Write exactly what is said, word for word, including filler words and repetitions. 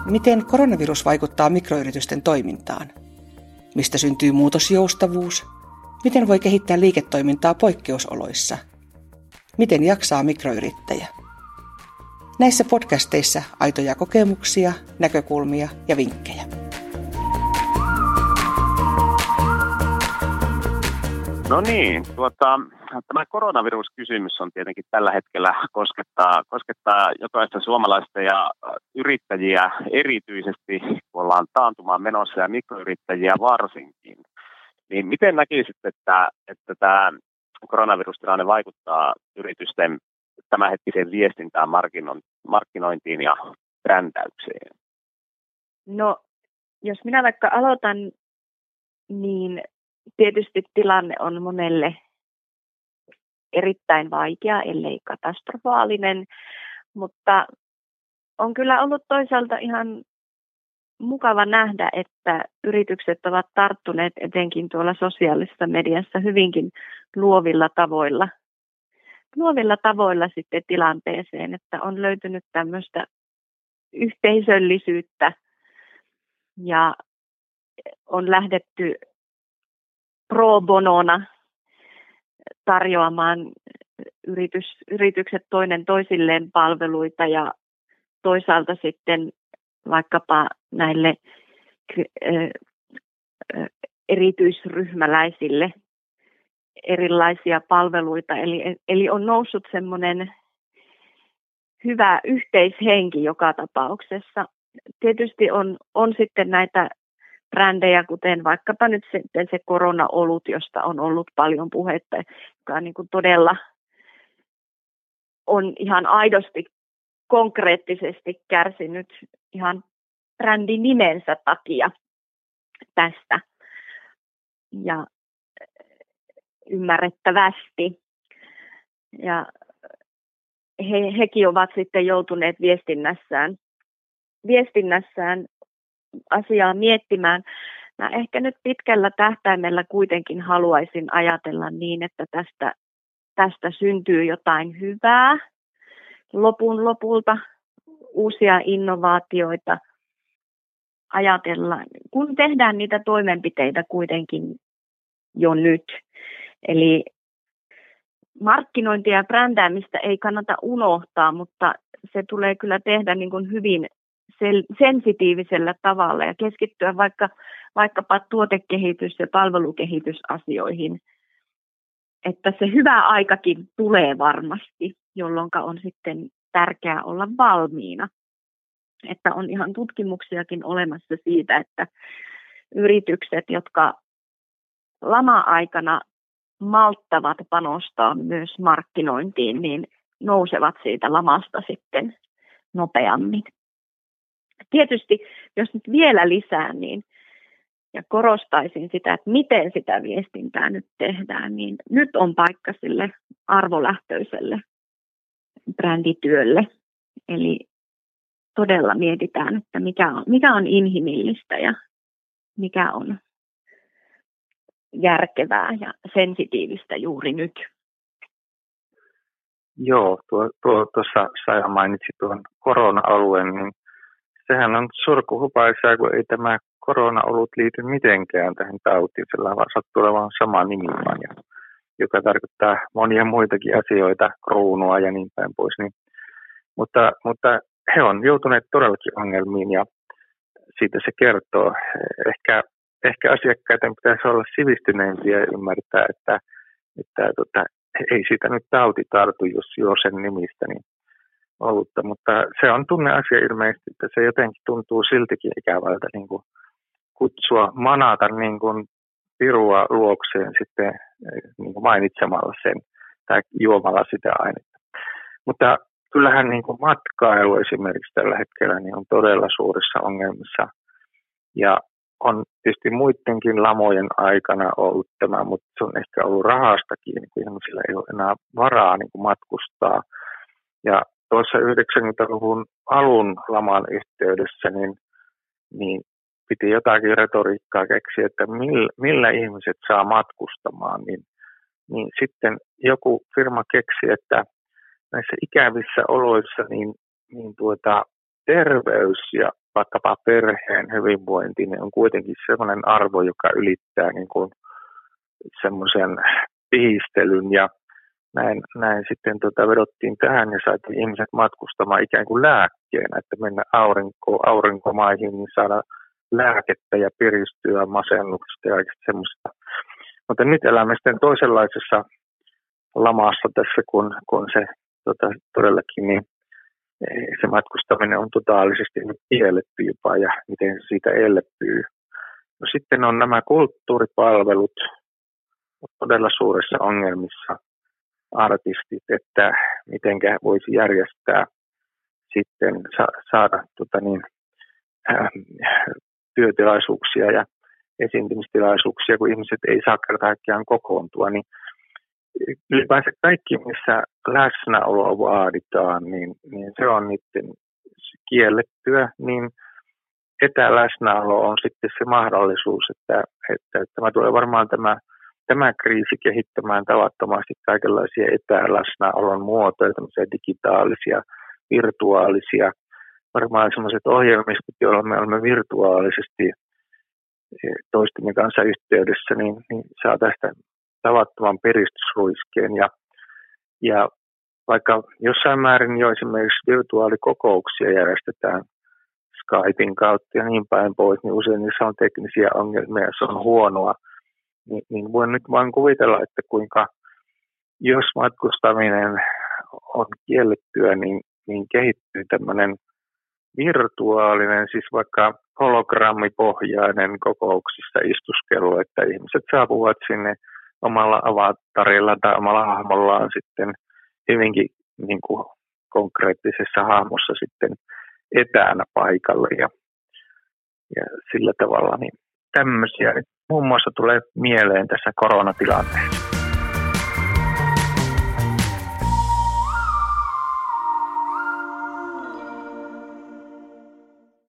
Miten koronavirus vaikuttaa mikroyritysten toimintaan? Mistä syntyy muutosjoustavuus? Miten voi kehittää liiketoimintaa poikkeusoloissa? Miten jaksaa mikroyrittäjä? Näissä podcasteissa aitoja kokemuksia, näkökulmia ja vinkkejä. No niin, tuota, tämä koronaviruskysymys on tietenkin tällä hetkellä koskettaa, koskettaa jokaista suomalaista ja yrittäjiä erityisesti, kun ollaan taantumaan menossa ja mikroyrittäjiä varsinkin. Niin miten näkisit, että, että tämä koronavirustilanne vaikuttaa yritysten tämänhetkiseen viestintään, markkinointiin ja brändäykseen? No, jos minä vaikka aloitan, niin tietysti tilanne on monelle erittäin vaikea, ellei katastrofaalinen, mutta on kyllä ollut toisaalta ihan mukava nähdä, että yritykset ovat tarttuneet etenkin tuolla sosiaalisessa mediassa hyvinkin luovilla tavoilla, luovilla tavoilla sitten tilanteeseen, että on löytynyt tämmöistä yhteisöllisyyttä ja on lähdetty pro bonona tarjoamaan yritys, yritykset toinen toisilleen palveluita ja toisaalta sitten vaikkapa näille erityisryhmäläisille erilaisia palveluita. Eli, eli on noussut semmoinen hyvä yhteishenki joka tapauksessa. Tietysti on, on sitten näitä brändejä, kuten vaikkapa nyt sitten se koronaolut, josta on ollut paljon puhetta, joka niin kuin todella on ihan aidosti konkreettisesti kärsinyt ihan brändin nimensä takia tästä ja ymmärrettävästi. Ja he, hekin ovat sitten joutuneet viestinnässään, viestinnässään asiaa miettimään. Mä ehkä nyt pitkällä tähtäimellä kuitenkin haluaisin ajatella niin, että tästä, tästä syntyy jotain hyvää lopun lopulta, uusia innovaatioita ajatellaan, kun tehdään niitä toimenpiteitä kuitenkin jo nyt. Eli markkinointia ja brändäämistä ei kannata unohtaa, mutta se tulee kyllä tehdä niin kuin hyvin sensitiivisellä tavalla ja keskittyä vaikka, vaikkapa tuotekehitys- ja palvelukehitysasioihin, että se hyvä aikakin tulee varmasti, jolloin on sitten tärkeää olla valmiina. Että on ihan tutkimuksiakin olemassa siitä, että yritykset, jotka lama-aikana malttavat panostaa myös markkinointiin, niin nousevat siitä lamasta sitten nopeammin. Tietysti, jos nyt vielä lisää, niin ja korostaisin sitä, että miten sitä viestintää nyt tehdään, niin nyt on paikka sille arvolähtöiselle brändityölle. Eli todella mietitään, että mikä on, mikä on inhimillistä ja mikä on järkevää ja sensitiivistä juuri nyt. Joo, tuo, tuo, tuossa Saija mainitsi tuon korona-alueen, niin sehän on surkuhupaisaa, kun ei tämä korona-olut liity mitenkään tähän tautiin. Sillä sattuu olemaan sama nimi, joka tarkoittaa monia muitakin asioita, kruunua ja niin päin pois. Niin, mutta, mutta he on joutuneet todellakin ongelmiin ja siitä se kertoo. Ehkä, ehkä asiakkaiden pitäisi olla sivistyneempiä ja ymmärtää, että, että tota, ei siitä nyt tauti tartu, jos juo sen nimistä niin olutta. Mutta se on tunneasia ilmeisesti, että se jotenkin tuntuu siltikin ikävältä niin kuin kutsua, manata niin kuin pirua luokseen sitten niin kuin mainitsemalla sen tai juomalla sitä ainetta. Mutta kyllähän niin kuin matkailu esimerkiksi tällä hetkellä niin on todella suurissa ongelmissa ja on tietysti muidenkin lamojen aikana ollut tämä, mutta se on ehkä ollut rahastakin, niin kuin ihmisillä ei ole enää varaa niin kuin matkustaa. Ja tuossa yhdeksänkymmentäluvun alun laman yhteydessä niin, niin piti jotakin retoriikkaa keksiä, että millä, millä ihmiset saa matkustamaan. Niin, niin sitten joku firma keksi, että näissä ikävissä oloissa niin, niin tuota, terveys ja vaikkapa perheen hyvinvointi niin on kuitenkin sellainen arvo, joka ylittää niin kuin semmoisen pihistelyn ja näin, näin sitten tota vedottiin tähän ja saatiin ihmiset matkustamaan ikään kuin lääkkeenä, että mennä aurinko, aurinkomaihin niin saada lääkettä ja piristyä masennuksesta ja semmoista. Mutta nyt elämme sitten toisenlaisessa lamassa tässä, kun, kun se tota, todellakin niin se matkustaminen on totaalisesti nyt kielletty jopa ja miten se siitä elpyy. No sitten on nämä kulttuuripalvelut todella suurissa ongelmissa, artistit, että mitenkä voisi järjestää sitten sa- saada tota niin, äh, työtilaisuuksia ja esiintymistilaisuuksia, kun ihmiset ei saa kertaakaan kokoontua, niin ylipäänsä kaikki, missä läsnäolo vaaditaan, niin, niin se on niiden kiellettyä, niin etäläsnäolo on sitten se mahdollisuus, että, että, että tämä tulee varmaan tämä, tämä kriisi kehittämään tavattomasti kaikenlaisia etäläsnäolon muotoja, tämmöisiä digitaalisia, virtuaalisia, varmaan sellaiset ohjelmistot, joilla me olemme virtuaalisesti toistemme kanssa yhteydessä, niin, niin saa tästä tavattoman piristysruiskeen. Ja, ja vaikka jossain määrin jo esimerkiksi virtuaalikokouksia järjestetään Skypein kautta ja niin päin pois, niin usein niissä on teknisiä ongelmia ja se on huonoa. Ni, niin voin nyt vain kuvitella, että kuinka jos matkustaminen on kiellettyä, niin, niin kehittyy tämmöinen virtuaalinen, siis vaikka hologrammipohjainen kokouksissa istuskelu, että ihmiset saapuvat sinne omalla avatarilla tai omalla hahmollaan sitten hyvinkin niin kuin konkreettisessa hahmossa sitten etänä paikalle ja, ja sillä tavalla niin tämmöisiä muun muassa tulee mieleen tässä koronatilanteessa.